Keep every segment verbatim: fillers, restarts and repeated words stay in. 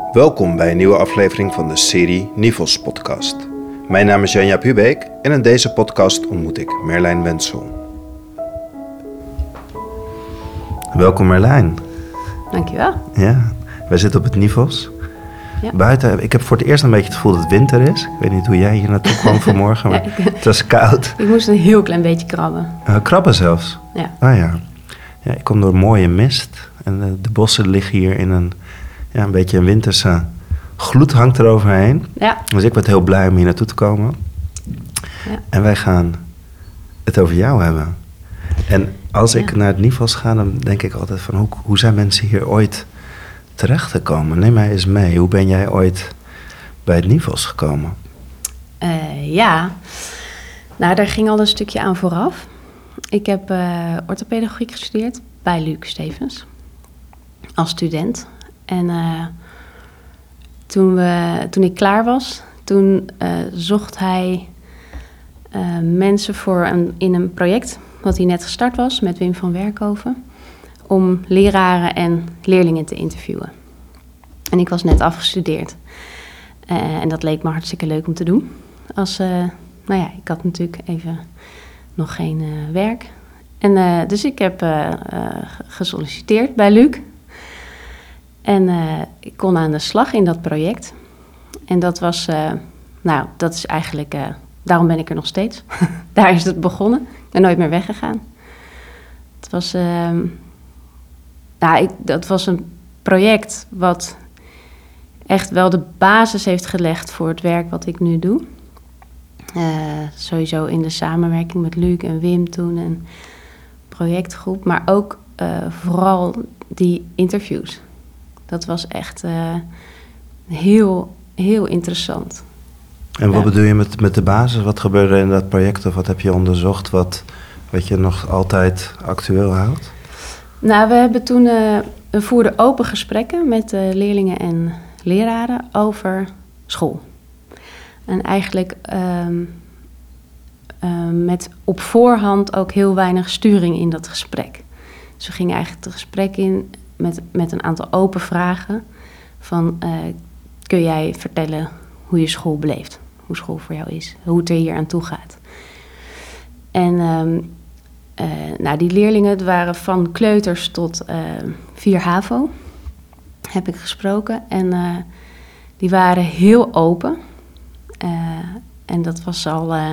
Welkom bij een nieuwe aflevering van de serie Nivels podcast. Mijn naam is Janja Pubeek en in deze podcast ontmoet ik Merlijn Wendsel. Welkom Merlijn. Dankjewel. Ja, wij zitten op het Nivels. Ja. Buiten, ik heb voor het eerst een beetje het gevoel dat het winter is. Ik weet niet hoe jij hier naartoe kwam vanmorgen, maar ja, ik, het was koud. Ik moest een heel klein beetje krabben. Uh, krabben zelfs? Ja. Ah ja. Ja, ik kom door mooie mist en de, de bossen liggen hier in een, ja, een beetje een winterse gloed hangt eroverheen. Ja. Dus ik werd heel blij om hier naartoe te komen. Ja. En wij gaan het over jou hebben. En als ik ja. naar het Nivels ga, dan denk ik altijd van hoe, hoe zijn mensen hier ooit terecht gekomen? Neem mij eens mee. Hoe ben jij ooit bij het Nivels gekomen? Uh, ja, nou daar ging al een stukje aan vooraf. Ik heb uh, orthopedagogiek gestudeerd bij Luc Stevens als student. En uh, toen, we, toen ik klaar was, toen uh, zocht hij uh, mensen voor een, in een project wat hij net gestart was met Wim van Werkhoven, om leraren en leerlingen te interviewen. En ik was net afgestudeerd. Uh, en dat leek me hartstikke leuk om te doen. Als, uh, nou ja, ik had natuurlijk even nog geen uh, werk. En uh, dus ik heb uh, uh, gesolliciteerd bij Luc. En uh, ik kon aan de slag in dat project. En dat was, uh, nou, dat is eigenlijk, uh, daarom ben ik er nog steeds. Daar is het begonnen. Ik ben nooit meer weggegaan. Het was, uh, nou, ik, dat was een project wat echt wel de basis heeft gelegd voor het werk wat ik nu doe. Uh, sowieso in de samenwerking met Luc en Wim toen en projectgroep, maar ook uh, vooral die interviews. Dat was echt uh, heel, heel interessant. En wat ja. bedoel je met, met de basis? Wat gebeurde in dat project of wat heb je onderzocht wat, wat je nog altijd actueel houdt? Nou, we hebben toen uh, we voerden open gesprekken met uh, leerlingen en leraren over school. En eigenlijk um, uh, met op voorhand ook heel weinig sturing in dat gesprek. Dus we gingen eigenlijk het gesprek in met, met een aantal open vragen. Van, uh, kun jij vertellen hoe je school beleeft? Hoe school voor jou is? Hoe het er hier aan toe gaat? En um, uh, nou, die leerlingen, het waren van kleuters tot uh, vier HAVO, heb ik gesproken. En uh, die waren heel open. Uh, en dat was al uh,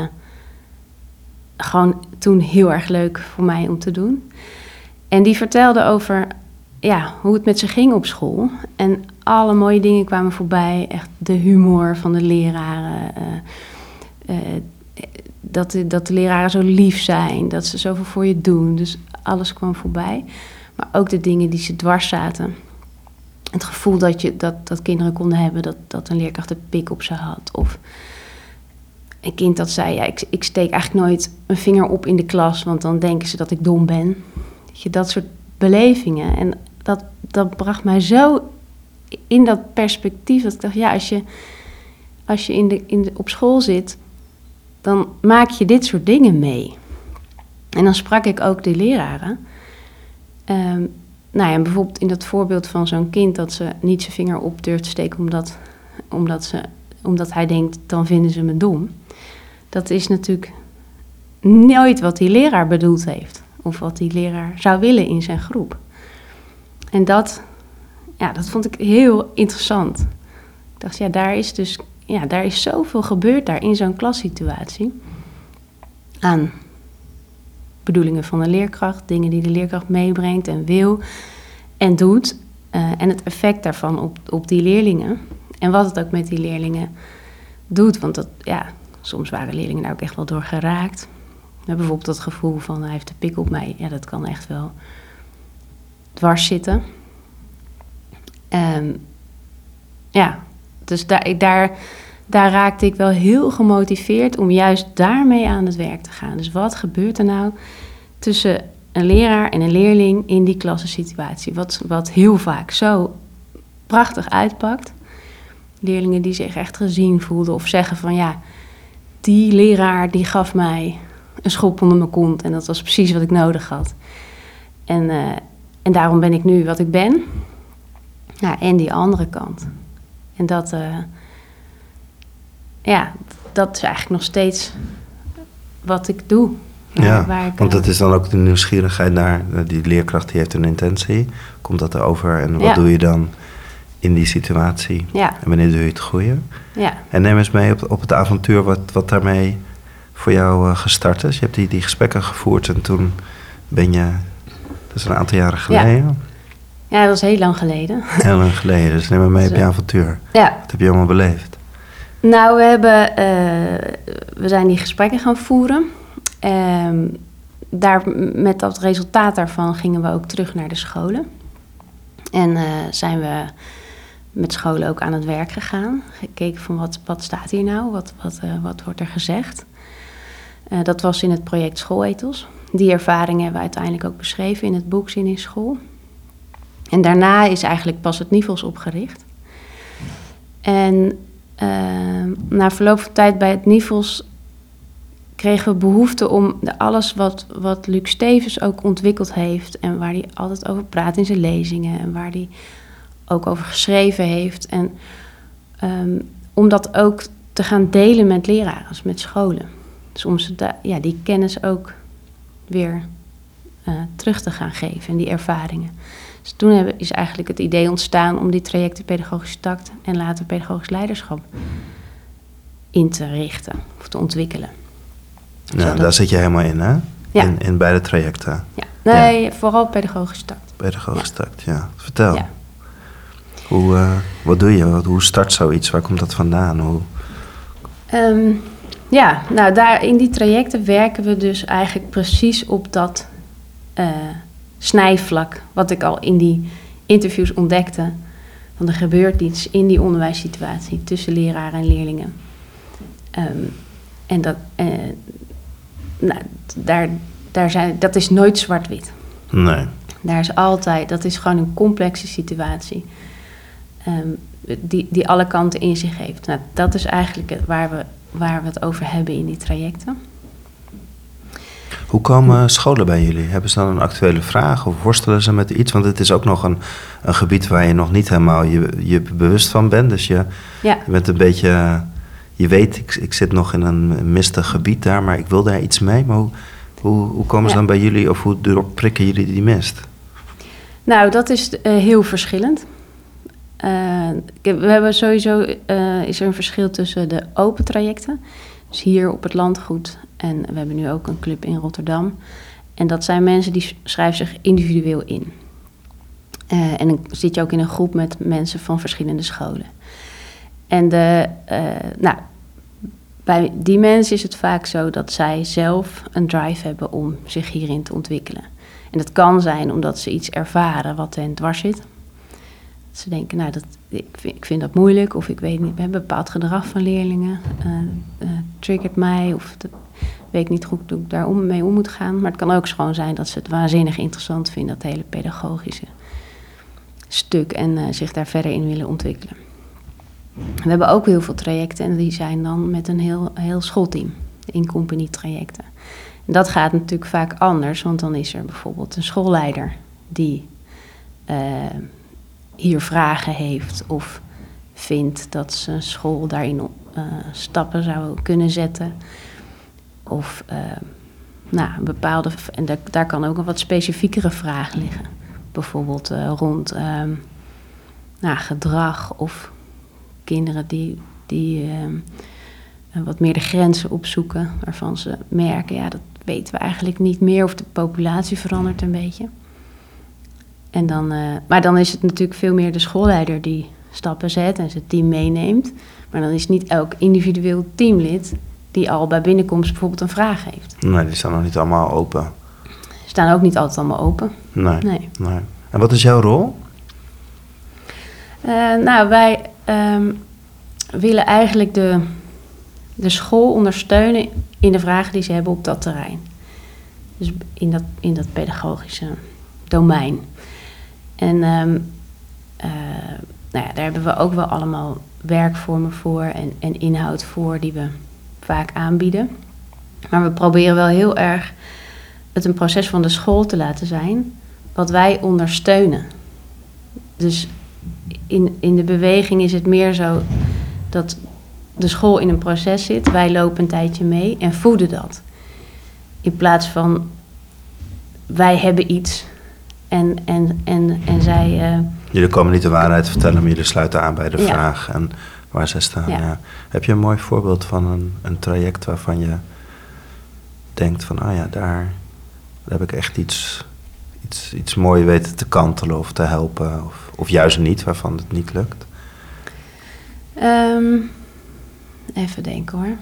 gewoon toen heel erg leuk voor mij om te doen. En die vertelden over ja, hoe het met ze ging op school. En alle mooie dingen kwamen voorbij. Echt de humor van de leraren. Uh, uh, dat, de, dat de leraren zo lief zijn. Dat ze zoveel voor je doen. Dus alles kwam voorbij. Maar ook de dingen die ze dwars zaten. Het gevoel dat, je, dat, dat kinderen konden hebben dat, dat een leerkracht een pik op ze had. Of een kind dat zei, ja, ik, ik steek eigenlijk nooit mijn vinger op in de klas, want dan denken ze dat ik dom ben. Dat, je, dat soort belevingen. En dat, dat bracht mij zo in dat perspectief dat ik dacht, ja, als je, als je in de, in de, op school zit, dan maak je dit soort dingen mee. En dan sprak ik ook de leraren. Um, Nou ja, bijvoorbeeld in dat voorbeeld van zo'n kind dat ze niet zijn vinger op durft te steken omdat, omdat, ze, omdat hij denkt, dan vinden ze me dom. Dat is natuurlijk nooit wat die leraar bedoeld heeft. Of wat die leraar zou willen in zijn groep. En dat, ja, dat vond ik heel interessant. Ik dacht, ja, daar is dus, ja, daar is zoveel gebeurd daar in zo'n klassituatie. Aan bedoelingen van de leerkracht, dingen die de leerkracht meebrengt en wil en doet. Uh, en het effect daarvan op, op die leerlingen. En wat het ook met die leerlingen doet. Want dat, ja, soms waren leerlingen daar ook echt wel door geraakt. We hebben bijvoorbeeld dat gevoel van, hij heeft de pik op mij. Ja, dat kan echt wel dwars zitten. Um, ja, dus daar, daar, daar raakte ik wel heel gemotiveerd om juist daarmee aan het werk te gaan. Dus wat gebeurt er nou tussen een leraar en een leerling in die klassensituatie? Wat, wat heel vaak zo prachtig uitpakt. Leerlingen die zich echt gezien voelden of zeggen van ja, die leraar die gaf mij een schop onder mijn kont en dat was precies wat ik nodig had. En, uh, en daarom ben ik nu wat ik ben. Ja, en die andere kant. En dat, uh, ja, dat is eigenlijk nog steeds wat ik doe. Waar, ja, waar ik, want uh, dat is dan ook de nieuwsgierigheid naar... die leerkracht die heeft een intentie. Komt dat erover en wat ja. doe je dan in die situatie? Ja. En wanneer doe je het goede? Ja. En neem eens mee op, op het avontuur wat, wat daarmee voor jou uh, gestart is. Je hebt die, die gesprekken gevoerd en toen ben je... Dat is een aantal jaren geleden. Ja, ja dat was heel lang geleden. Heel lang geleden, dus neem me mee dus, op je avontuur. Ja. Wat heb je allemaal beleefd? Nou, we, hebben, uh, we zijn die gesprekken gaan voeren. Um, daar, met dat resultaat daarvan gingen we ook terug naar de scholen. En uh, zijn we met scholen ook aan het werk gegaan. Gekeken van wat, wat staat hier nou, wat, wat, uh, wat wordt er gezegd. Uh, dat was in het project Schoolethos. Die ervaringen hebben we uiteindelijk ook beschreven in het boek Zin in School. En daarna is eigenlijk pas het Nivels opgericht. En uh, na verloop van tijd bij het Nivels kregen we behoefte om de alles wat, wat Luc Stevens ook ontwikkeld heeft... en waar hij altijd over praat in zijn lezingen... en waar hij ook over geschreven heeft... En, um, om dat ook te gaan delen met leraren, met scholen. Dus om ze da- ja, die kennis ook weer uh, terug te gaan geven en die ervaringen. Dus toen hebben, is eigenlijk het idee ontstaan om die trajecten pedagogische tact... en later pedagogisch leiderschap in te richten of te ontwikkelen. Ja, Zodat... daar zit je helemaal in, hè? Ja. In, in beide trajecten. Ja, nee, ja. vooral pedagogische tact. Pedagogische ja. tact, ja. Vertel. Ja. Hoe, uh, wat doe je? Hoe start zoiets? Waar komt dat vandaan? Hoe... Um, ja, nou, daar, in die trajecten werken we dus eigenlijk precies op dat uh, snijvlak... wat ik al in die interviews ontdekte. Want er gebeurt iets in die onderwijssituatie tussen leraren en leerlingen. Um, en dat... Uh, Nou, daar, daar zijn, dat is nooit zwart-wit. Nee. Daar is altijd, dat is gewoon een complexe situatie. Um, die, die alle kanten in zich heeft. Nou, dat is eigenlijk het, waar, we, waar we het over hebben in die trajecten. Hoe komen scholen bij jullie? Hebben ze dan een actuele vraag of worstelen ze met iets? Want het is ook nog een, een gebied waar je nog niet helemaal je, je bewust van bent. Dus je, ja. je bent een beetje... Je weet, ik, ik zit nog in een mistig gebied daar, maar ik wil daar iets mee. Maar hoe, hoe, hoe komen ja. ze dan bij jullie of hoe doorprikken jullie die mist? Nou, dat is uh, heel verschillend. Uh, we hebben sowieso, uh, is er een verschil tussen de open trajecten. Dus hier op het landgoed en we hebben nu ook een club in Rotterdam. En dat zijn mensen die schrijven zich individueel in. Uh, en dan zit je ook in een groep met mensen van verschillende scholen. En de, uh, nou, bij die mensen is het vaak zo dat zij zelf een drive hebben om zich hierin te ontwikkelen. En dat kan zijn omdat ze iets ervaren wat hen dwars zit. Dat ze denken, nou, dat, ik, vind, ik vind dat moeilijk of ik weet niet, we hebben een bepaald gedrag van leerlingen. Uh, uh, triggert mij of dat, weet ik niet goed hoe ik daar om, mee om moet gaan. Maar het kan ook gewoon zijn dat ze het waanzinnig interessant vinden, dat hele pedagogische stuk en uh, zich daar verder in willen ontwikkelen. We hebben ook heel veel trajecten en die zijn dan met een heel, heel schoolteam, de in-company trajecten. En dat gaat natuurlijk vaak anders, want dan is er bijvoorbeeld een schoolleider die uh, hier vragen heeft of vindt dat zijn school daarin uh, stappen zou kunnen zetten. Of uh, nou, een bepaalde, en daar, daar kan ook een wat specifiekere vraag liggen. Bijvoorbeeld uh, rond uh, nou, gedrag of kinderen die, die uh, wat meer de grenzen opzoeken, waarvan ze merken, ja, dat weten we eigenlijk niet meer, of de populatie verandert een beetje. En dan, uh, maar dan is het natuurlijk veel meer de schoolleider die stappen zet en zijn team meeneemt. Maar dan is niet elk individueel teamlid die al bij binnenkomst bijvoorbeeld een vraag heeft. Nee, die staan nog niet allemaal open. Die staan ook niet altijd allemaal open. Nee. nee. nee. En wat is jouw rol? Uh, nou, wij um, willen eigenlijk de, de school ondersteunen in de vragen die ze hebben op dat terrein. Dus in dat, in dat pedagogische domein. En um, uh, nou ja, daar hebben we ook wel allemaal werkvormen voor en, en inhoud voor die we vaak aanbieden. Maar we proberen wel heel erg het een proces van de school te laten zijn, wat wij ondersteunen. Dus in, in de beweging is het meer zo dat de school in een proces zit. Wij lopen een tijdje mee en voeden dat. In plaats van wij hebben iets en, en, en, en zij... Uh, jullie komen niet de waarheid vertellen, maar jullie sluiten aan bij de ja. vraag en waar zij staan. Ja. Ja. Heb je een mooi voorbeeld van een, een traject waarvan je denkt van, ah oh ja, daar, daar heb ik echt iets, iets, iets moois weten te kantelen of te helpen, of, of juist niet, waarvan het niet lukt? Um, even denken hoor.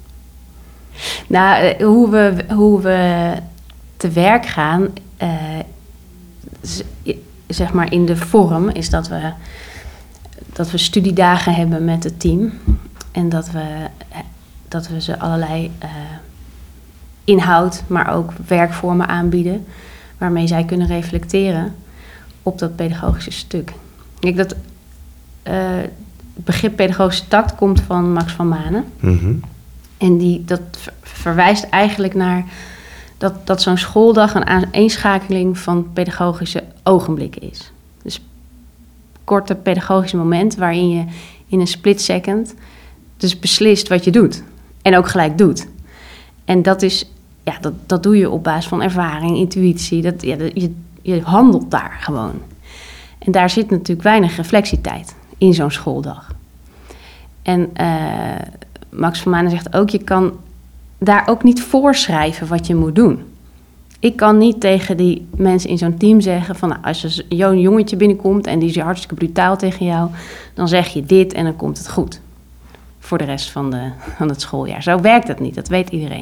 Nou, uh, hoe we, hoe we te werk gaan, uh, z- zeg maar in de vorm, is dat we, dat we studiedagen hebben met het team. En dat we, dat we ze allerlei uh, inhoud, maar ook werkvormen aanbieden, waarmee zij kunnen reflecteren op dat pedagogische stuk. Kijk, dat uh, het begrip pedagogische tact komt van Max van Manen. Mm-hmm. En die, dat ver- verwijst eigenlijk naar dat, dat zo'n schooldag een aaneenschakeling van pedagogische ogenblikken is. Dus korte pedagogische moment waarin je in een split second dus beslist wat je doet. En ook gelijk doet. En dat is, ja, dat, dat doe je op basis van ervaring, intuïtie. Dat, ja, dat, je, je handelt daar gewoon. En daar zit natuurlijk weinig reflectietijd in zo'n schooldag. En uh, Max van Manen zegt ook, je kan daar ook niet voorschrijven wat je moet doen. Ik kan niet tegen die mensen in zo'n team zeggen van, nou, als er een jongetje binnenkomt en die is hartstikke brutaal tegen jou, dan zeg je dit en dan komt het goed. Voor de rest van, de, van het schooljaar. Zo werkt dat niet, dat weet iedereen.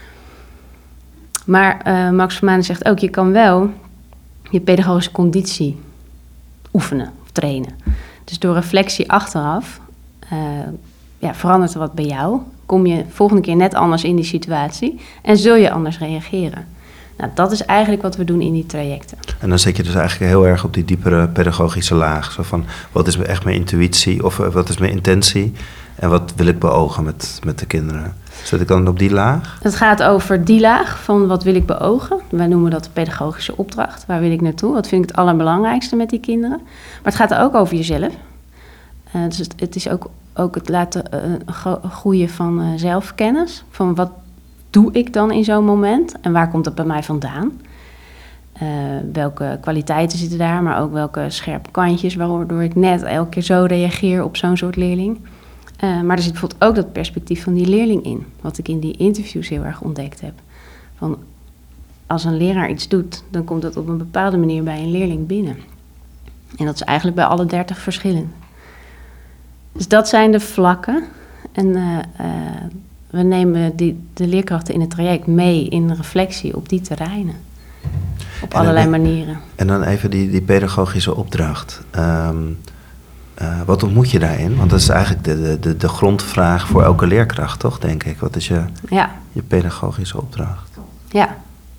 Maar uh, Max van Manen zegt ook, je kan wel je pedagogische conditie oefenen of trainen. Dus door reflectie achteraf uh, ja, verandert er wat bij jou. Kom je volgende keer net anders in die situatie en zul je anders reageren. Nou, dat is eigenlijk wat we doen in die trajecten. En dan zit je dus eigenlijk heel erg op die diepere pedagogische laag. Zo van, wat is echt mijn intuïtie of uh, wat is mijn intentie en wat wil ik beogen met, met de kinderen? Zit ik dan op die laag? Het gaat over die laag van wat wil ik beogen. Wij noemen dat de pedagogische opdracht. Waar wil ik naartoe? Wat vind ik het allerbelangrijkste met die kinderen? Maar het gaat ook over jezelf. Uh, dus het, het is ook, ook het laten uh, groeien van uh, zelfkennis. Van wat doe ik dan in zo'n moment? En waar komt dat bij mij vandaan? Uh, welke kwaliteiten zitten daar, maar ook welke scherpe kantjes, waardoor ik net elke keer zo reageer op zo'n soort leerling. Uh, maar er zit bijvoorbeeld ook dat perspectief van die leerling in, wat ik in die interviews heel erg ontdekt heb. Van als een leraar iets doet, dan komt dat op een bepaalde manier bij een leerling binnen. En dat is eigenlijk bij alle dertig verschillend. Dus dat zijn de vlakken. En uh, uh, we nemen die, de leerkrachten in het traject mee in de reflectie op die terreinen. Op en allerlei dan, manieren. En dan even die, die pedagogische opdracht. Um, uh, wat ontmoet je daarin? Want dat is eigenlijk de, de, de grondvraag voor elke leerkracht, toch, denk ik? Wat is je, ja. je pedagogische opdracht? Ja.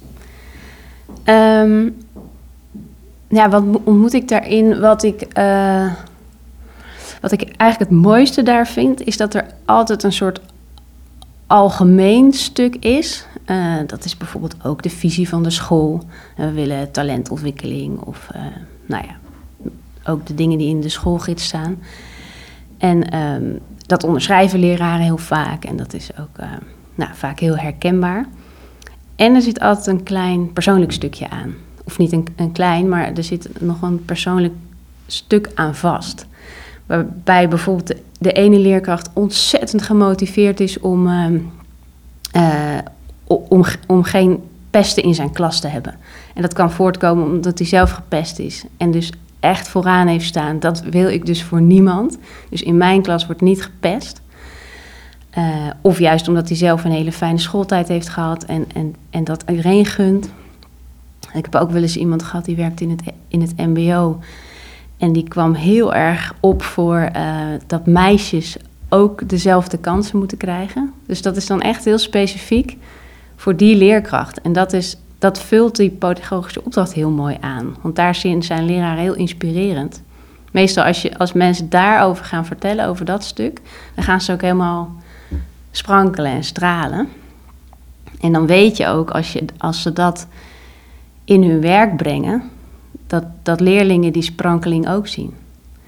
Um, ja, wat ontmoet ik daarin? Wat ik, uh, wat ik eigenlijk het mooiste daar vind, is dat er altijd een soort algemeen stuk is. Uh, dat is bijvoorbeeld ook de visie van de school. Uh, we willen talentontwikkeling of uh, nou ja, ook de dingen die in de schoolgids staan. En um, dat onderschrijven leraren heel vaak en dat is ook uh, nou, vaak heel herkenbaar. En er zit altijd een klein persoonlijk stukje aan. Of niet een, een klein, maar er zit nog een persoonlijk stuk aan vast. Waarbij bijvoorbeeld de, de ene leerkracht ontzettend gemotiveerd is om, uh, uh, om, om geen pesten in zijn klas te hebben. En dat kan voortkomen omdat hij zelf gepest is. En dus echt vooraan heeft staan, dat wil ik dus voor niemand. Dus in mijn klas wordt niet gepest. Uh, of juist omdat hij zelf een hele fijne schooltijd heeft gehad en, en, en dat iedereen gunt. Ik heb ook wel eens iemand gehad die werkt in het, in het mbo. En die kwam heel erg op voor uh, dat meisjes ook dezelfde kansen moeten krijgen. Dus dat is dan echt heel specifiek voor die leerkracht. En dat, is, dat vult die pedagogische opdracht heel mooi aan. Want daar zijn leraren heel inspirerend. Meestal als, je, als mensen daarover gaan vertellen, over dat stuk, dan gaan ze ook helemaal sprankelen en stralen. En dan weet je ook, als, je, als ze dat in hun werk brengen, dat, dat leerlingen die sprankeling ook zien.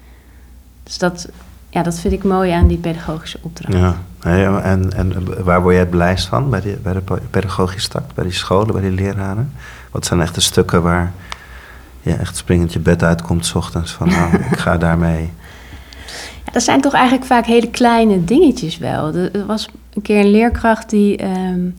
Dus dat, ja, dat vind ik mooi aan die pedagogische opdracht. Ja. En, en waar word jij het blijst van bij, die, bij de pedagogische tak, bij die scholen, bij die leraren? Wat zijn echt de stukken waar je echt springend je bed uitkomt 's ochtends van nou, ik ga daarmee... Ja, dat zijn toch eigenlijk vaak hele kleine dingetjes wel. Er was een keer een leerkracht die, um,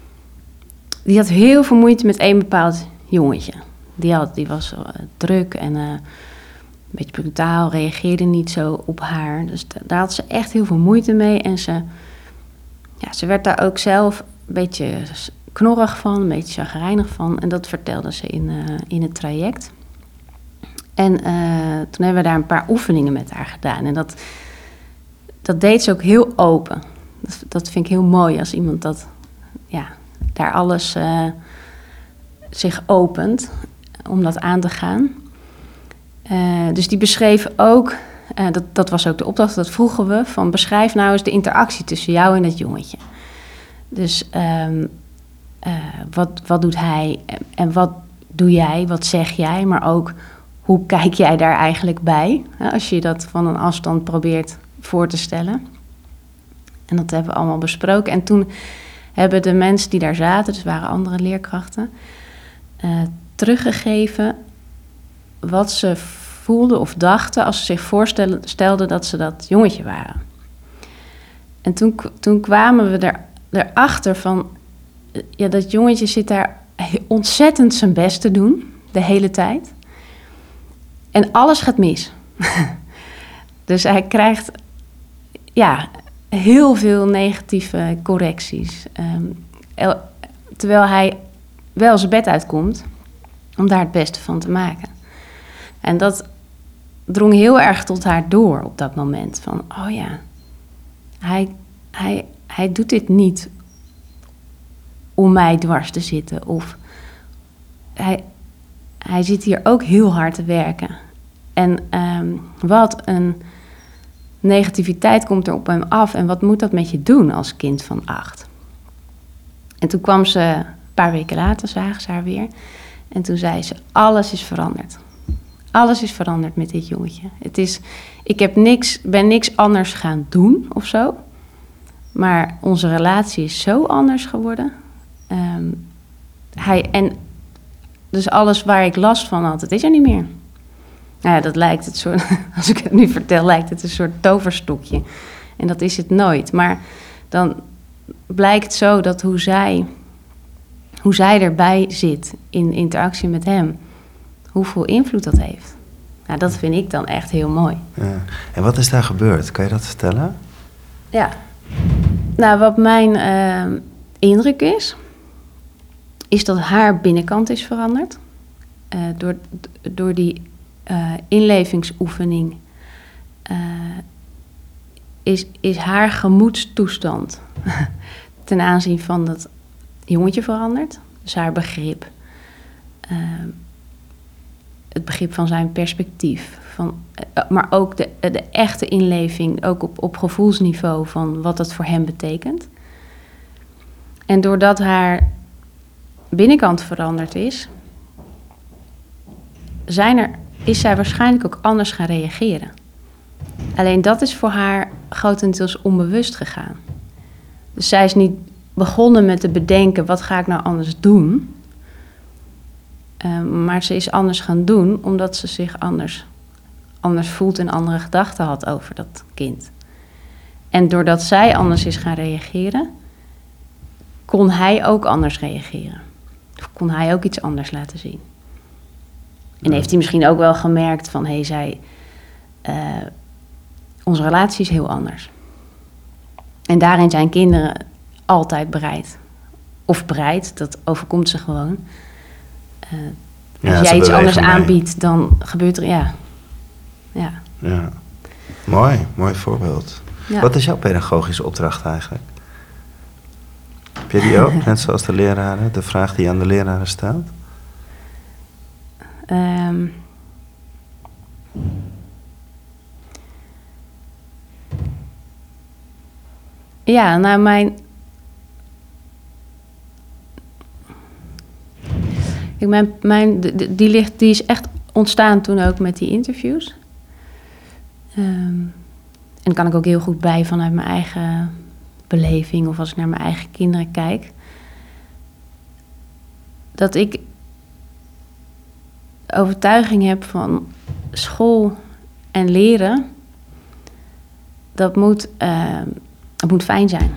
die had heel veel moeite met één bepaald jongetje. Die, had, die was uh, druk en uh, een beetje brutaal, reageerde niet zo op haar. Dus d- daar had ze echt heel veel moeite mee. En ze, ja, ze werd daar ook zelf een beetje knorrig van, een beetje chagrijnig van. En dat vertelde ze in, uh, in het traject. En uh, toen hebben we daar een paar oefeningen met haar gedaan. En dat, dat deed ze ook heel open. Dat, dat vind ik heel mooi als iemand dat, ja, daar alles uh, zich opent om dat aan te gaan. Uh, dus die beschreef ook, uh, dat, dat was ook de opdracht, dat vroegen we, van beschrijf nou eens de interactie tussen jou en dat jongetje. Dus um, uh, wat, wat doet hij en wat doe jij, wat zeg jij, maar ook hoe kijk jij daar eigenlijk bij, hè, als je dat van een afstand probeert voor te stellen. En dat hebben we allemaal besproken. En toen hebben de mensen die daar zaten, dus waren andere leerkrachten, uh, teruggegeven wat ze voelden of dachten als ze zich voorstelden dat ze dat jongetje waren. En toen, toen kwamen we er, erachter van, ja, dat jongetje zit daar ontzettend zijn best te doen, de hele tijd. En alles gaat mis. Dus hij krijgt, ja, heel veel negatieve correcties. Um, el, terwijl hij wel zijn bed uitkomt om daar het beste van te maken. En dat drong heel erg tot haar door op dat moment. Van, oh ja, hij, hij, hij doet dit niet om mij dwars te zitten. Of hij, hij zit hier ook heel hard te werken. En um, wat een negativiteit komt er op hem af. En wat moet dat met je doen als kind van acht? En toen kwam ze, een paar weken later zagen ze haar weer. En toen zei ze, alles is veranderd. Alles is veranderd met dit jongetje. Het is, ik heb niks, ben niks anders gaan doen of zo. Maar onze relatie is zo anders geworden. Um, hij, en dus alles waar ik last van had, het is er niet meer. Nou ja, dat lijkt het soort, als ik het nu vertel, lijkt het een soort toverstokje. En dat is het nooit. Maar dan blijkt zo dat hoe zij, hoe zij erbij zit in interactie met hem, hoeveel invloed dat heeft. Nou, dat vind ik dan echt heel mooi. Ja. En wat is daar gebeurd? Kan je dat vertellen? Ja. Nou, wat mijn uh, indruk is, is dat haar binnenkant is veranderd. Uh, door, door die uh, inlevingsoefening uh, is, is haar gemoedstoestand ten aanzien van dat jongetje veranderd. Dus haar begrip. Uh, het begrip van zijn perspectief. Van, uh, maar ook de, de echte inleving, ook op, op gevoelsniveau van wat dat voor hem betekent. En doordat haar binnenkant veranderd is, zijn er, is zij waarschijnlijk ook anders gaan reageren. Alleen dat is voor haar grotendeels onbewust gegaan. Dus zij is niet begonnen met te bedenken, wat ga ik nou anders doen? Uh, maar ze is anders gaan doen, omdat ze zich anders, anders voelt en andere gedachten had over dat kind. En doordat zij anders is gaan reageren, kon hij ook anders reageren. Of kon hij ook iets anders laten zien. En heeft hij misschien ook wel gemerkt van, hé, hey, zij, uh, onze relatie is heel anders. En daarin zijn kinderen altijd bereid. Of bereid, dat overkomt ze gewoon. Uh, als ja, jij iets anders mee. aanbiedt, dan gebeurt er, ja. Ja. Ja. Mooi, mooi voorbeeld. Ja. Wat is jouw pedagogische opdracht eigenlijk? Heb je die ook, net zoals de leraren, de vraag die je aan de leraren stelt? Um, ja, nou mijn... Ik mijn, mijn, die, ligt, die is echt ontstaan toen ook met die interviews. Um, en daar kan ik ook heel goed bij vanuit mijn eigen beleving of als ik naar mijn eigen kinderen kijk. Dat ik overtuiging heb van school en leren, dat moet, uh, dat moet fijn zijn.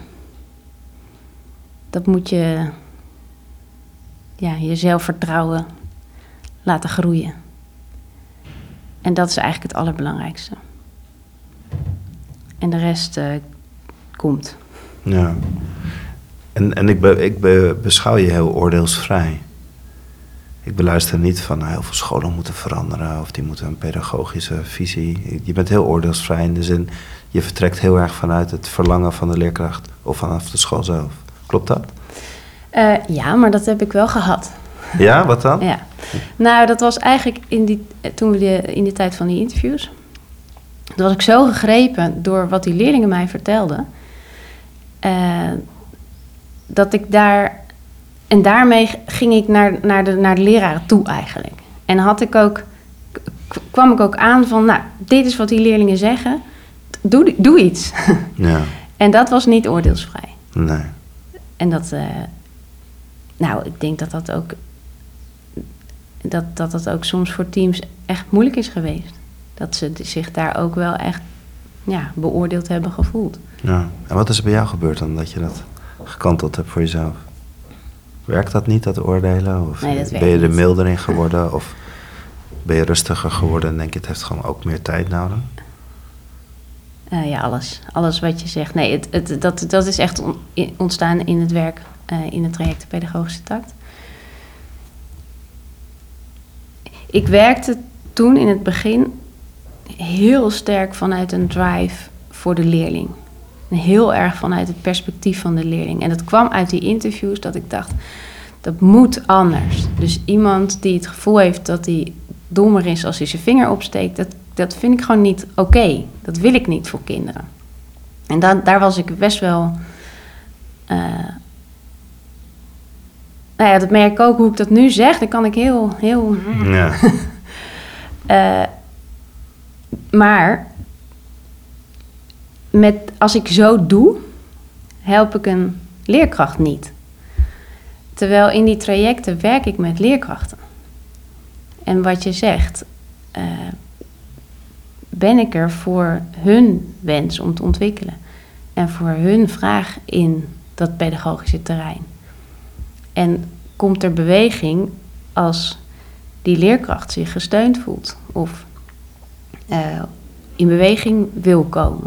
Dat moet je ja, je zelfvertrouwen laten groeien. En dat is eigenlijk het allerbelangrijkste. En de rest uh, komt. Ja. En, en ik, be, ik be, beschouw je heel oordeelsvrij. Ik beluister niet van nou, heel veel scholen moeten veranderen of die moeten een pedagogische visie. Je bent heel oordeelsvrij in de zin, je vertrekt heel erg vanuit het verlangen van de leerkracht of vanaf de school zelf. Klopt dat? Uh, ja, maar dat heb ik wel gehad. Ja, wat dan? Ja. Nou, dat was eigenlijk in die, toen we de, in de tijd van die interviews. Toen was ik zo gegrepen door wat die leerlingen mij vertelden. Uh, dat ik daar... En daarmee ging ik naar, naar, de, naar de leraren toe eigenlijk. En had ik ook, kwam ik ook aan van... Nou, dit is wat die leerlingen zeggen. Doe, doe iets. Ja. En dat was niet oordeelsvrij. Nee. En dat... Uh, nou, ik denk dat dat ook... Dat, dat dat ook soms voor teams echt moeilijk is geweest. Dat ze zich daar ook wel echt ja, beoordeeld hebben gevoeld. Ja. En wat is er bij jou gebeurd dan dat je dat gekanteld hebt voor jezelf? Werkt dat niet, dat oordelen? Of nee, dat ben je er niet. milder in geworden? Of ben je rustiger geworden en denk je het heeft gewoon ook meer tijd nodig? Uh, ja, alles. Alles wat je zegt. Nee, het, het, dat, dat is echt on, ontstaan in het werk, uh, in het traject de Pedagogische Tact. Ik werkte toen in het begin heel sterk vanuit een drive voor de leerling. En heel erg vanuit het perspectief van de leerling. En dat kwam uit die interviews dat ik dacht, dat moet anders. Dus iemand die het gevoel heeft dat hij dommer is als hij zijn vinger opsteekt, dat, dat vind ik gewoon niet oké. Okay. Dat wil ik niet voor kinderen. En dan, daar was ik best wel... Uh, nou ja, dat merk ik ook hoe ik dat nu zeg. Dan kan ik heel... heel ja. uh, maar... Met, als ik zo doe, help ik een leerkracht niet. Terwijl in die trajecten werk ik met leerkrachten. En wat je zegt, uh, ben ik er voor hun wens om te ontwikkelen. En voor hun vraag in dat pedagogische terrein. En komt er beweging als die leerkracht zich gesteund voelt. Of uh, in beweging wil komen.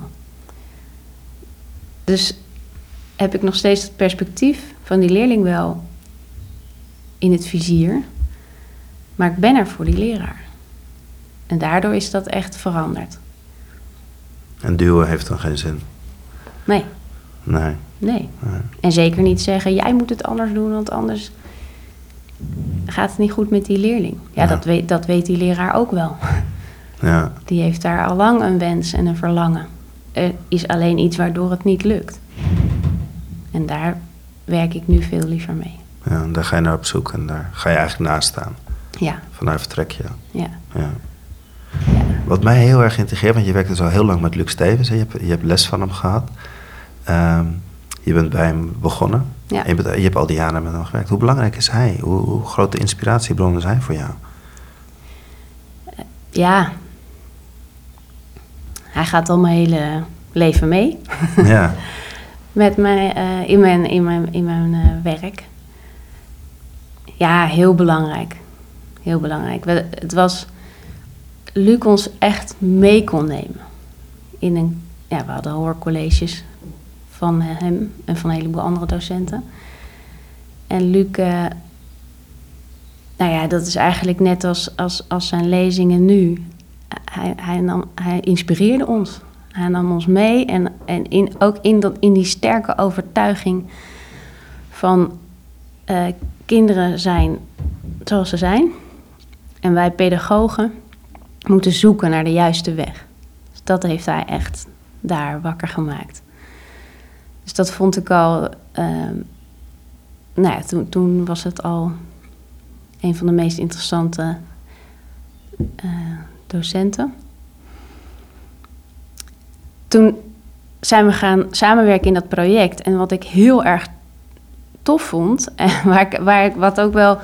Dus heb ik nog steeds het perspectief van die leerling wel in het vizier. Maar ik ben er voor die leraar. En daardoor is dat echt veranderd. En duwen heeft dan geen zin? Nee. Nee. Nee. nee. En zeker niet zeggen, jij moet het anders doen, want anders gaat het niet goed met die leerling. Ja, ja. Dat, weet, dat weet die leraar ook wel. Ja. Die heeft daar al lang een wens en een verlangen. Er is alleen iets waardoor het niet lukt. En daar werk ik nu veel liever mee. Ja, en daar ga je naar op zoek en daar ga je eigenlijk naast staan. Ja. Vanuit vertrek je. Ja. Ja. Ja. Wat mij heel erg integreert, want je werkt dus al heel lang met Luc Stevens. Je hebt, je hebt les van hem gehad. Um, je bent bij hem begonnen. Ja. Je, bent, je hebt al die jaren met hem gewerkt. Hoe belangrijk is hij? Hoe, hoe grote inspiratiebron is hij voor jou? Uh, ja... Hij gaat al mijn hele leven mee. Ja. Met mij, uh, in mijn, in mijn, in mijn uh, werk. Ja, heel belangrijk. Heel belangrijk. We, het was... Luc ons echt mee kon nemen. In een, ja, we hadden hoorcolleges van hem en van een heleboel andere docenten. En Luc... Uh, nou ja, dat is eigenlijk net als, als, als zijn lezingen nu... Hij, hij, nam, hij inspireerde ons. Hij nam ons mee. En, en in, ook in, dat, in die sterke overtuiging van uh, kinderen zijn zoals ze zijn. En wij pedagogen moeten zoeken naar de juiste weg. Dus dat heeft hij echt daar wakker gemaakt. Dus dat vond ik al... Uh, nou ja, toen, toen was het al een van de meest interessante... Uh, docenten. toen zijn we gaan samenwerken in dat project. En wat ik heel erg tof vond, en waar ik, waar ik wat ook wel...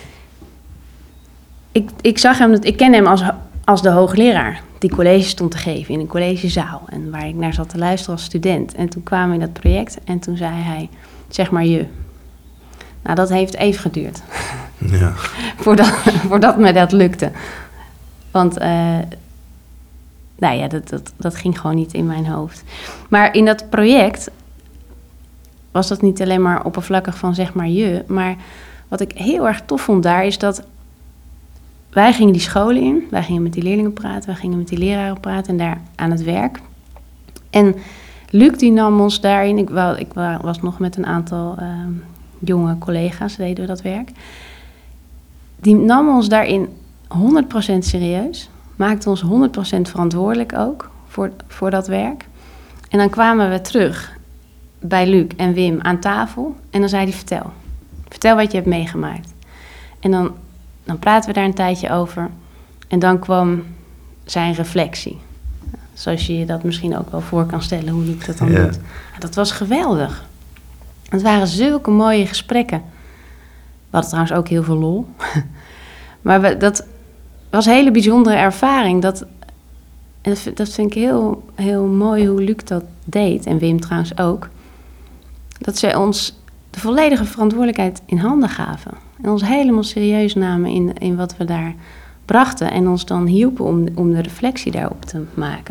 Ik, ik zag hem, ik ken hem als, als de hoogleraar die college stond te geven in een collegezaal. En waar ik naar zat te luisteren als student. En toen kwamen we in dat project en toen zei hij, zeg maar je. Nou, dat heeft even geduurd. Ja. voordat, voordat me dat lukte. Want, uh, nou ja, dat, dat, dat ging gewoon niet in mijn hoofd. Maar in dat project was dat niet alleen maar oppervlakkig van zeg maar je. Maar wat ik heel erg tof vond daar is dat wij gingen die scholen in. Wij gingen met die leerlingen praten. Wij gingen met die leraren praten en daar aan het werk. En Luc die nam ons daarin. Ik, wel, ik was nog met een aantal uh, jonge collega's, deden we dat werk. Die nam ons daarin honderd procent serieus. Maakte ons honderd procent verantwoordelijk ook voor, voor dat werk. En dan kwamen we terug bij Luc en Wim aan tafel. En dan zei hij, vertel. Vertel wat je hebt meegemaakt. En dan, dan praten we daar een tijdje over. En dan kwam zijn reflectie. Zoals je je dat misschien ook wel voor kan stellen, hoe Luc dat dan Ja. doet. Ja, dat was geweldig. Het waren zulke mooie gesprekken. We hadden trouwens ook heel veel lol. Maar we, dat was een hele bijzondere ervaring. Dat, en dat, dat vind ik heel, heel mooi hoe Luc dat deed. En Wim trouwens ook. Dat ze ons de volledige verantwoordelijkheid in handen gaven. En ons helemaal serieus namen in, in wat we daar brachten. En ons dan hielpen om, om de reflectie daarop te maken.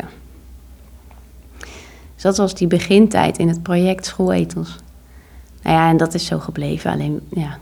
Dus dat was die begintijd in het project Schoolethos. Nou ja, en dat is zo gebleven. Alleen, ja...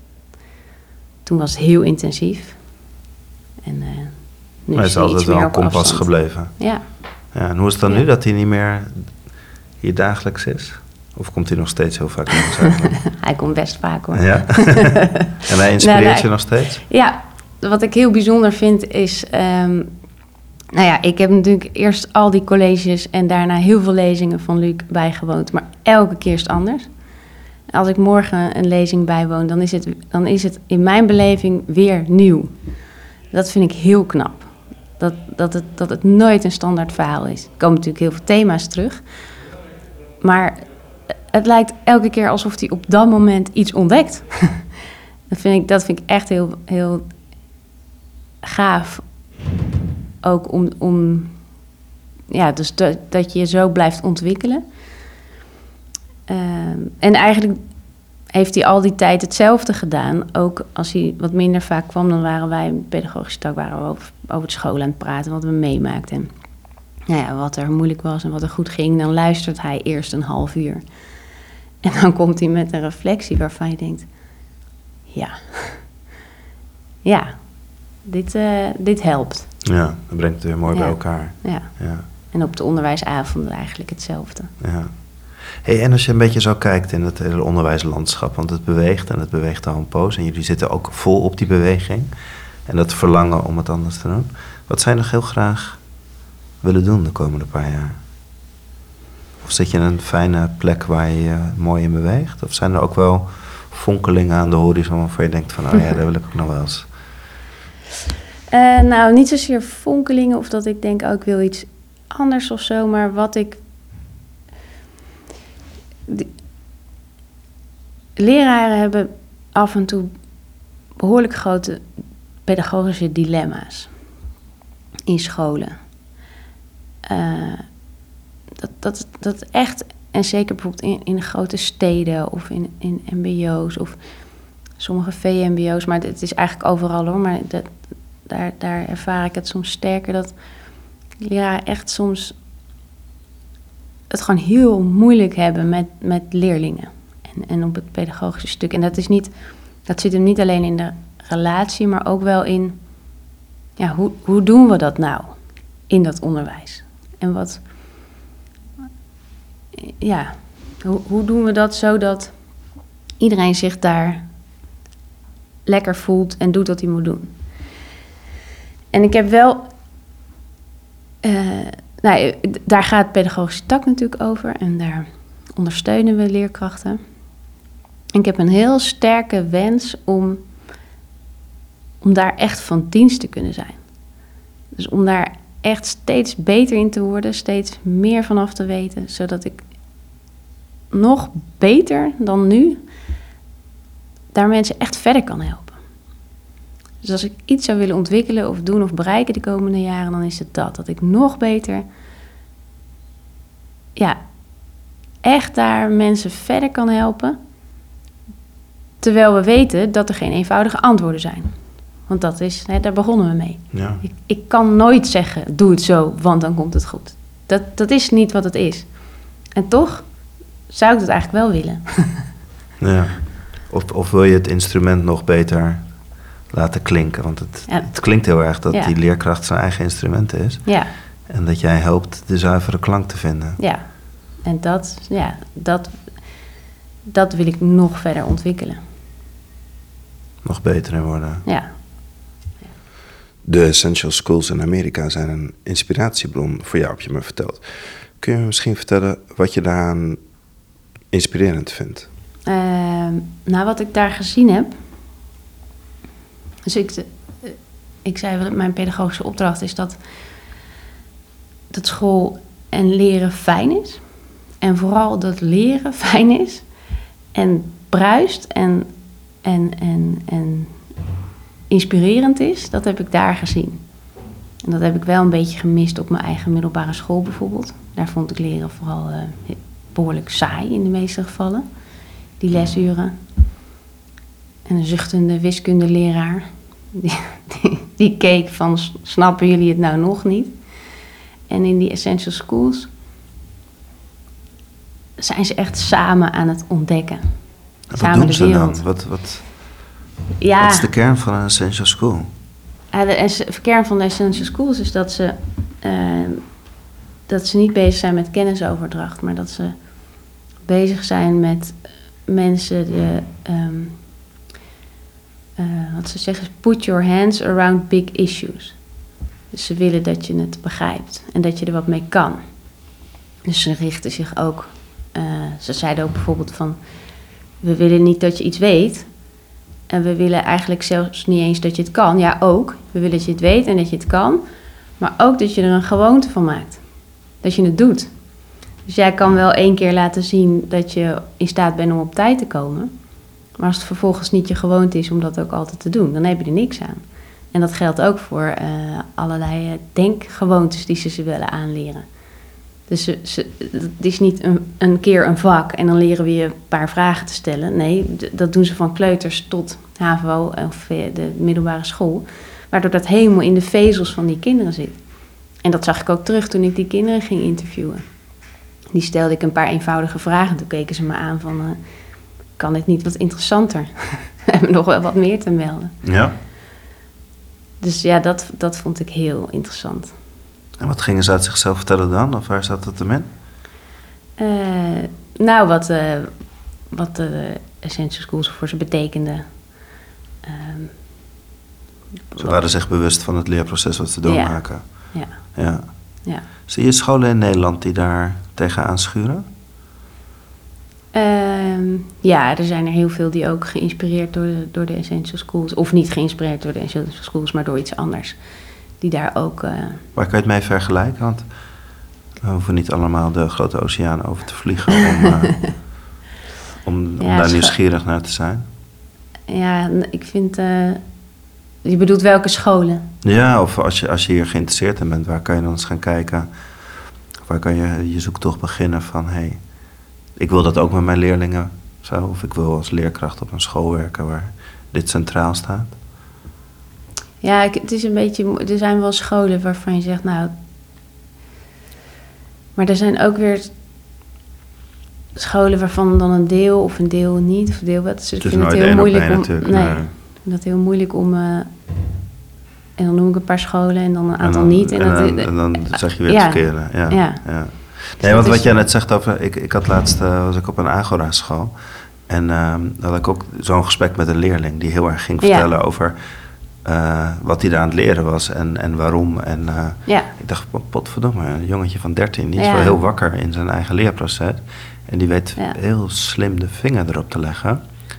Toen was het heel intensief. En uh, nu Maar is het is altijd wel een kompas afstand. gebleven. Ja. Ja, en hoe is het dan Ja. nu dat hij niet meer hier dagelijks is? Of komt hij nog steeds heel vaak naar ons uit? Hij komt best vaak hoor. Ja. En hij inspireert Nee, nee. je nog steeds? Ja, wat ik heel bijzonder vind is... Um, nou ja, ik heb natuurlijk eerst al die colleges... en daarna heel veel lezingen van Luc bijgewoond. Maar elke keer is het anders. Als ik morgen een lezing bijwoon... dan is het, dan is het in mijn beleving weer nieuw. Dat vind ik heel knap. Dat, dat, het, dat het nooit een standaard verhaal is. Er komen natuurlijk heel veel thema's terug. Maar het lijkt elke keer alsof hij op dat moment iets ontdekt. dat, vind ik, dat vind ik echt heel, heel gaaf. Ook om, om ja, dus dat, dat je je zo blijft ontwikkelen. Uh, en eigenlijk heeft hij al die tijd hetzelfde gedaan. Ook als hij wat minder vaak kwam, dan waren wij in de pedagogische tak waren we over, over het school aan het praten, wat we meemaakten. Nou ja, wat er moeilijk was en wat er goed ging, dan luistert hij eerst een half uur. En dan komt hij met een reflectie waarvan je denkt, ja, ja, dit, uh, dit helpt. Ja, dat brengt het weer mooi ja. bij elkaar. Ja. Ja. En op de onderwijsavonden eigenlijk hetzelfde. Ja. Hey, en als je een beetje zo kijkt in het hele onderwijslandschap, want het beweegt en het beweegt al een poos en jullie zitten ook vol op die beweging en dat verlangen om het anders te doen. Wat zou je nog heel graag willen doen de komende paar jaar? Of zit je in een fijne plek waar je je mooi in beweegt? Of zijn er ook wel fonkelingen aan de horizon waarvan je denkt van, oh ja, daar wil ik ook nog wel eens? Uh, nou, niet zozeer fonkelingen of dat ik denk, oh, ik wil iets anders of zo, maar wat ik... De leraren hebben af en toe behoorlijk grote pedagogische dilemma's in scholen. Uh, dat, dat, dat echt, en zeker bijvoorbeeld in, in grote steden of in, in mbo's of sommige V M B O's, maar het is eigenlijk overal hoor, maar dat, daar, daar ervaar ik het soms sterker dat leraren echt soms het gewoon heel moeilijk hebben met, met leerlingen en, en op het pedagogische stuk. En dat is niet, dat zit hem niet alleen in de relatie, maar ook wel in, ja, hoe, hoe doen we dat nou in dat onderwijs? En wat, ja, hoe, hoe doen we dat zodat iedereen zich daar lekker voelt en doet wat hij moet doen? En ik heb wel, uh, nou, daar gaat de pedagogische tak natuurlijk over en daar ondersteunen we leerkrachten. En ik heb een heel sterke wens om, om daar echt van dienst te kunnen zijn. Dus om daar echt steeds beter in te worden, steeds meer vanaf te weten, zodat ik nog beter dan nu daar mensen echt verder kan helpen. Dus als ik iets zou willen ontwikkelen of doen of bereiken de komende jaren, dan is het dat. Dat ik nog beter, ja, echt daar mensen verder kan helpen. Terwijl we weten dat er geen eenvoudige antwoorden zijn. Want dat is, hè, daar begonnen we mee. Ja. Ik, ik kan nooit zeggen, doe het zo, want dan komt het goed. Dat, dat is niet wat het is. En toch zou ik het eigenlijk wel willen. Ja. Of, of wil je het instrument nog beter laten klinken? Want het, Ja. het klinkt heel erg dat Ja. die leerkracht zijn eigen instrument is. Ja, En dat jij helpt de zuivere klank te vinden. ja. En dat, ja, dat, dat wil ik nog verder ontwikkelen. Nog beter in worden. Ja. De Essential Schools in Amerika zijn een inspiratiebron voor jou, heb je me verteld. Kun je me misschien vertellen wat je daaraan inspirerend vindt? Uh, nou, wat ik daar gezien heb. Dus ik, uh, ik zei wel, mijn pedagogische opdracht is dat, dat school en leren fijn is. En vooral dat leren fijn is. En bruist en, en, en, en inspirerend is. Dat heb ik daar gezien. En dat heb ik wel een beetje gemist op mijn eigen middelbare school bijvoorbeeld. Daar vond ik leren vooral uh, behoorlijk saai in de meeste gevallen. Die lesuren. En een zuchtende wiskundeleraar. Die, die, die keek van, snappen jullie het nou nog niet? En in die Essential Schools zijn ze echt samen aan het ontdekken. Wat samen doen de ze wereld. dan? Wat, wat, Ja, wat is de kern van een Essential School? Ja, de es- kern van de Essential Schools is dat ze, uh, dat ze niet bezig zijn met kennisoverdracht, maar dat ze bezig zijn met mensen de, um, uh, wat ze zeggen, put your hands around big issues. Dus ze willen dat je het begrijpt en dat je er wat mee kan. Dus ze richten zich ook, uh, ze zeiden ook bijvoorbeeld van, we willen niet dat je iets weet. En we willen eigenlijk zelfs niet eens dat je het kan. Ja, ook. We willen dat je het weet en dat je het kan. Maar ook dat je er een gewoonte van maakt. Dat je het doet. Dus jij kan wel één keer laten zien dat je in staat bent om op tijd te komen. Maar als het vervolgens niet je gewoonte is om dat ook altijd te doen, dan heb je er niks aan. En dat geldt ook voor uh, allerlei uh, denkgewoontes die ze ze willen aanleren. Dus ze, ze, het is niet een, een keer een vak en dan leren we je een paar vragen te stellen. Nee, d- dat doen ze van kleuters tot H A V O of de middelbare school. Waardoor dat helemaal in de vezels van die kinderen zit. En dat zag ik ook terug toen ik die kinderen ging interviewen. Die stelde ik een paar eenvoudige vragen. Toen keken ze me aan van, uh, kan dit niet wat interessanter? We hebben nog wel wat meer te melden. Ja. Dus ja, dat, dat vond ik heel interessant. En wat gingen ze uit zichzelf vertellen dan? Of waar zat het hem in? Uh, nou, wat, uh, wat de Essential Schools voor ze betekende. Um, Ze waren zich bewust van het leerproces wat ze doormaken. Ja. Ja. Ja. Zie je scholen in Nederland die daar tegenaan schuren? Um, ja, er zijn er heel veel die ook geïnspireerd door de, door de Essential Schools. Of niet geïnspireerd door de Essential Schools, maar door iets anders. Die daar ook... Uh, Waar kan je het mee vergelijken? Want we hoeven niet allemaal de grote oceaan over te vliegen om, uh, om, om ja, daar scho- nieuwsgierig naar te zijn. Ja, ik vind... Uh, je bedoelt welke scholen? Ja, of als je, als je hier geïnteresseerd in bent, waar kan je dan eens gaan kijken? Waar kan je je zoektocht beginnen van... Hey, ik wil dat ook met mijn leerlingen zo. Of ik wil als leerkracht op een school werken waar dit centraal staat. Ja, ik, het is een beetje... Er zijn wel scholen waarvan je zegt, nou... Maar er zijn ook weer scholen waarvan dan een deel of een deel niet. Of een deel wat. Dus ik vind het heel moeilijk om... natuurlijk. Nee, Nee. ik vind dat heel moeilijk om... Uh, en dan noem ik een paar scholen en dan een aantal en dan, niet. En, en, dat, dan, en dan zeg je weer ja, het verkeerde. Ja, ja. ja. Dus Nee, want is, wat jij net zegt over... Ik, ik had laatst, uh, was ik op een Agora-school. En uh, dan had ik ook zo'n gesprek met een leerling... die heel erg ging vertellen ja. over... Uh, wat hij daar aan het leren was en, en waarom. En uh, ja. ik dacht, potverdomme, een jongetje van dertien... die is ja. wel heel wakker in zijn eigen leerproces. En die weet ja. heel slim de vinger erop te leggen...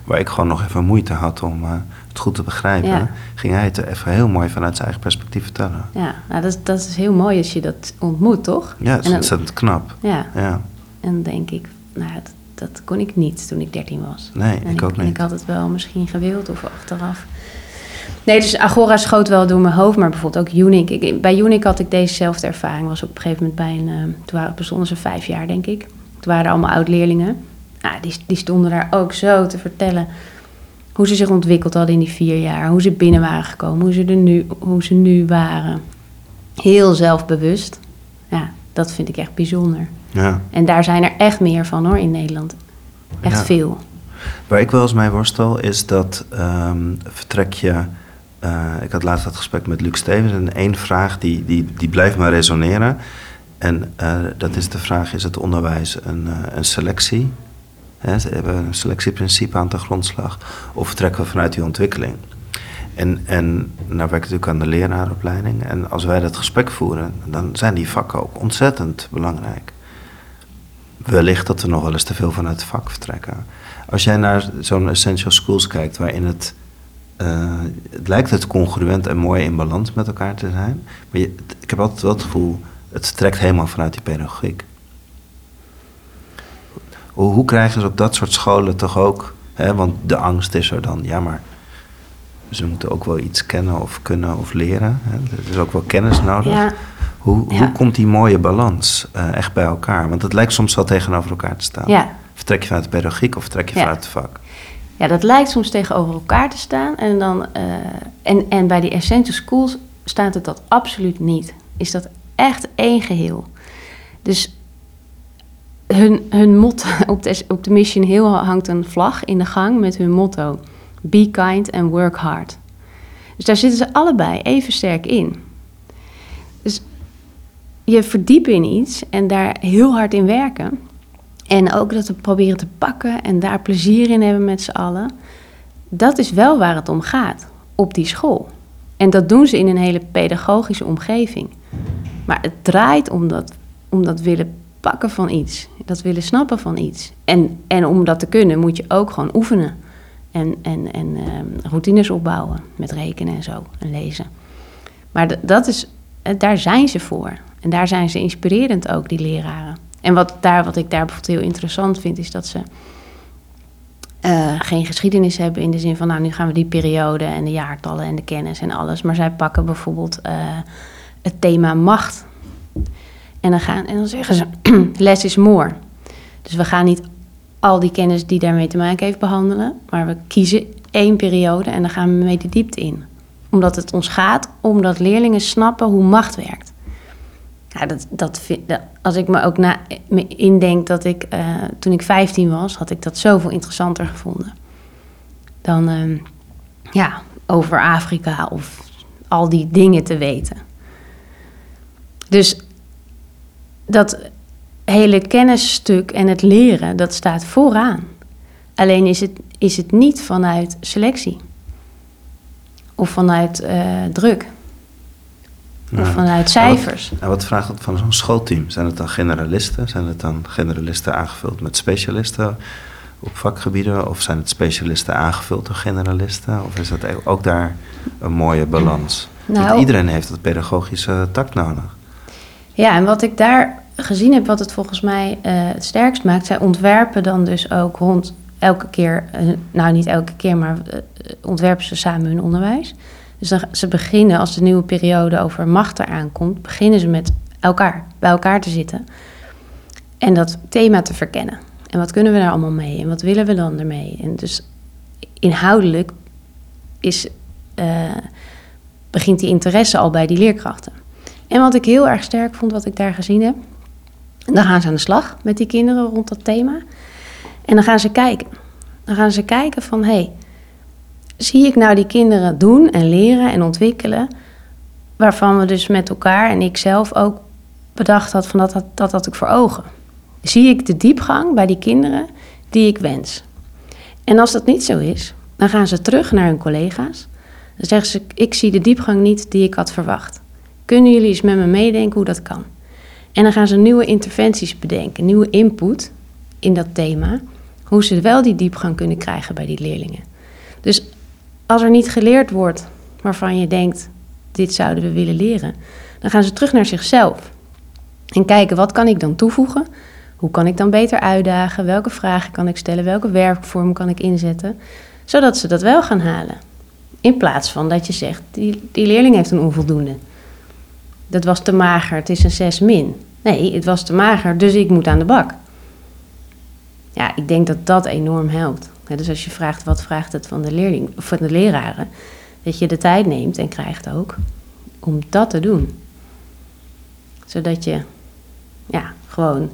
waar ik gewoon nog even moeite had om uh, het goed te begrijpen, ja. ging hij het even heel mooi vanuit zijn eigen perspectief vertellen. Ja, nou, dat, dat is heel mooi als je dat ontmoet, toch? Ja, dat is ontzettend knap. Ja. ja. En dan denk ik, nou, dat, dat kon ik niet toen ik dertien was. Nee, en ik, ik ook niet. En ik had het wel misschien gewild of achteraf. Nee, dus Agora schoot wel door mijn hoofd, maar bijvoorbeeld ook Unique. Ik, bij Unique had ik dezezelfde ervaring. Was op een gegeven moment bij een, uh, toen waren, bestonden ze vijf jaar, denk ik. Toen waren er allemaal oud-leerlingen. Nou, die, die stonden daar ook zo te vertellen hoe ze zich ontwikkeld hadden in die vier jaar. Hoe ze binnen waren gekomen, hoe ze, er nu, hoe ze nu waren. Heel zelfbewust. Ja, dat vind ik echt bijzonder. Ja. En daar zijn er echt meer van, hoor, in Nederland. Echt ja. veel. Waar ik wel eens mee worstel is dat um, vertrek je... Uh, ik had laatst dat gesprek met Luc Stevens en één vraag die, die, die blijft maar resoneren. En uh, dat is de vraag, is het onderwijs een, uh, een selectie? He, ze hebben een selectieprincipe aan de grondslag. Of vertrekken we vanuit die ontwikkeling? En, en nou werk ik natuurlijk aan de leraaropleiding. En als wij dat gesprek voeren, dan zijn die vakken ook ontzettend belangrijk. Wellicht dat we nog wel eens te veel vanuit het vak vertrekken. Als jij naar zo'n Essential Schools kijkt, waarin het... Uh, het lijkt het congruent en mooi in balans met elkaar te zijn. Maar je, ik heb altijd wel het gevoel, het trekt helemaal vanuit die pedagogiek. Hoe, hoe krijgen ze op dat soort scholen toch ook... Hè, want de angst is er dan, ja maar... ze moeten ook wel iets kennen of kunnen of leren. Hè, er is ook wel kennis nodig. Ja. Hoe, ja. hoe komt die mooie balans uh, echt bij elkaar? Want het lijkt soms wel tegenover elkaar te staan. Ja. Vertrek je vanuit de pedagogiek of vertrek je ja. vanuit het vak? Ja, dat lijkt soms tegenover elkaar te staan. En, dan, uh, en, en bij die Essential Schools staat het dat absoluut niet. Is dat echt één geheel. Dus hun, hun motto, op de, op de Mission Hill hangt een vlag in de gang met hun motto. Be kind and work hard. Dus daar zitten ze allebei even sterk in. Dus je verdiepen in iets en daar heel hard in werken... En ook dat we proberen te pakken en daar plezier in hebben met z'n allen. Dat is wel waar het om gaat, op die school. En dat doen ze in een hele pedagogische omgeving. Maar het draait om dat, om dat willen pakken van iets. Dat willen snappen van iets. En, en om dat te kunnen moet je ook gewoon oefenen. En, en, en uh, routines opbouwen met rekenen en zo en lezen. Maar d- dat is, daar zijn ze voor. En daar zijn ze inspirerend ook, die leraren. En wat, daar, wat ik daar bijvoorbeeld heel interessant vind, is dat ze uh, geen geschiedenis hebben in de zin van, nou, nu gaan we die periode en de jaartallen en de kennis en alles. Maar zij pakken bijvoorbeeld uh, het thema macht. En dan, gaan, en dan zeggen ze, less is more. Dus we gaan niet al die kennis die daarmee te maken heeft behandelen, maar we kiezen één periode en dan gaan we mee de diepte in. Omdat het ons gaat om dat leerlingen snappen hoe macht werkt. Ja, dat, dat vind, dat, als ik me ook na, me indenk dat ik, uh, toen ik vijftien was, had ik dat zoveel interessanter gevonden. Dan, uh, ja, over Afrika of al die dingen te weten. Dus dat hele kennisstuk en het leren, dat staat vooraan. Alleen is het, is het niet vanuit selectie. Of vanuit uh, druk. Of vanuit cijfers. En wat, en wat vraagt het van zo'n schoolteam? Zijn het dan generalisten? Zijn het dan generalisten aangevuld met specialisten op vakgebieden? Of zijn het specialisten aangevuld door generalisten? Of is dat ook daar een mooie balans? Nou, want iedereen heeft het pedagogische tact nodig. Ja, en wat ik daar gezien heb, wat het volgens mij uh, het sterkst maakt... zij ontwerpen dan dus ook rond elke keer... Uh, nou, niet elke keer, maar uh, ontwerpen ze samen hun onderwijs... Dus dan, ze beginnen, als de nieuwe periode over macht eraan komt... beginnen ze met elkaar, bij elkaar te zitten... en dat thema te verkennen. En wat kunnen we daar allemaal mee? En wat willen we dan ermee? En dus inhoudelijk is, uh, begint die interesse al bij die leerkrachten. En wat ik heel erg sterk vond, wat ik daar gezien heb... dan gaan ze aan de slag met die kinderen rond dat thema. En dan gaan ze kijken. Dan gaan ze kijken van... Hey, zie ik nou die kinderen doen en leren en ontwikkelen... waarvan we dus met elkaar en ik zelf ook bedacht had... van dat, dat, dat had ik voor ogen. Zie ik de diepgang bij die kinderen die ik wens. En als dat niet zo is, dan gaan ze terug naar hun collega's. Dan zeggen ze, ik zie de diepgang niet die ik had verwacht. Kunnen jullie eens met me meedenken hoe dat kan? En dan gaan ze nieuwe interventies bedenken, nieuwe input in dat thema... Hoe ze wel die diepgang kunnen krijgen bij die leerlingen. Dus als er niet geleerd wordt waarvan je denkt, dit zouden we willen leren, dan gaan ze terug naar zichzelf. En kijken, wat kan ik dan toevoegen? Hoe kan ik dan beter uitdagen? Welke vragen kan ik stellen? Welke werkvorm kan ik inzetten? Zodat ze dat wel gaan halen. In plaats van dat je zegt, die, die leerling heeft een onvoldoende. Dat was te mager, het is een zes min. Nee, het was te mager, dus ik moet aan de bak. Ja, ik denk dat dat enorm helpt. Dus als je vraagt, wat vraagt het van de leerling of van de leraren, dat je de tijd neemt en krijgt ook om dat te doen. Zodat je, ja, gewoon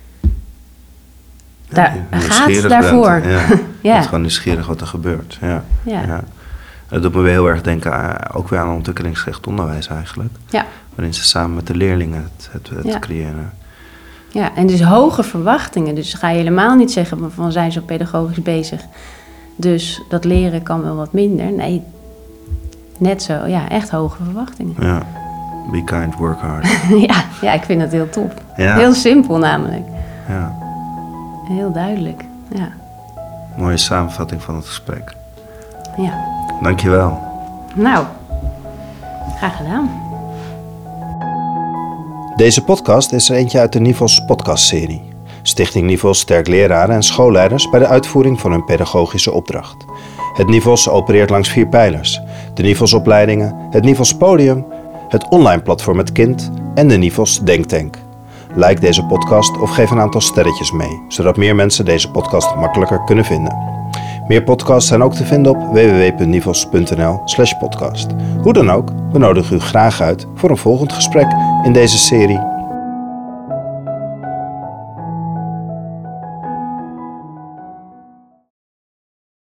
daar ja, gaat daarvoor. Bent, ja. Ja. Je bent gewoon nieuwsgierig wat er gebeurt. Ja. Ja. Ja. Dat doet me weer heel erg denken aan, ook weer aan ontwikkelingsgericht onderwijs eigenlijk. Ja. Waarin ze samen met de leerlingen het, het, het Ja. creëren. Ja, en dus hoge verwachtingen. Dus ga je helemaal niet zeggen van zijn ze pedagogisch bezig. Dus dat leren kan wel wat minder. Nee, net zo. Ja, echt hoge verwachtingen. Ja. Be kind, work hard. ja, ja, ik vind dat heel top. Ja. Heel simpel namelijk. Ja. Heel duidelijk. Ja. Mooie samenvatting van het gesprek. Ja. Dankjewel. Nou, graag gedaan. Deze podcast is er eentje uit de Nivos podcastserie. Stichting Nivos sterkt leraren en schoolleiders bij de uitvoering van hun pedagogische opdracht. Het Nivos opereert langs vier pijlers. De Nivos-opleidingen, het Nivos-podium, het online platform Het Kind en de Nivos Denktank. Like deze podcast of geef een aantal sterretjes mee, zodat meer mensen deze podcast makkelijker kunnen vinden. Meer podcasts zijn ook te vinden op w w w punt nivos punt n l slash podcast. Hoe dan ook, we nodigen u graag uit voor een volgend gesprek in deze serie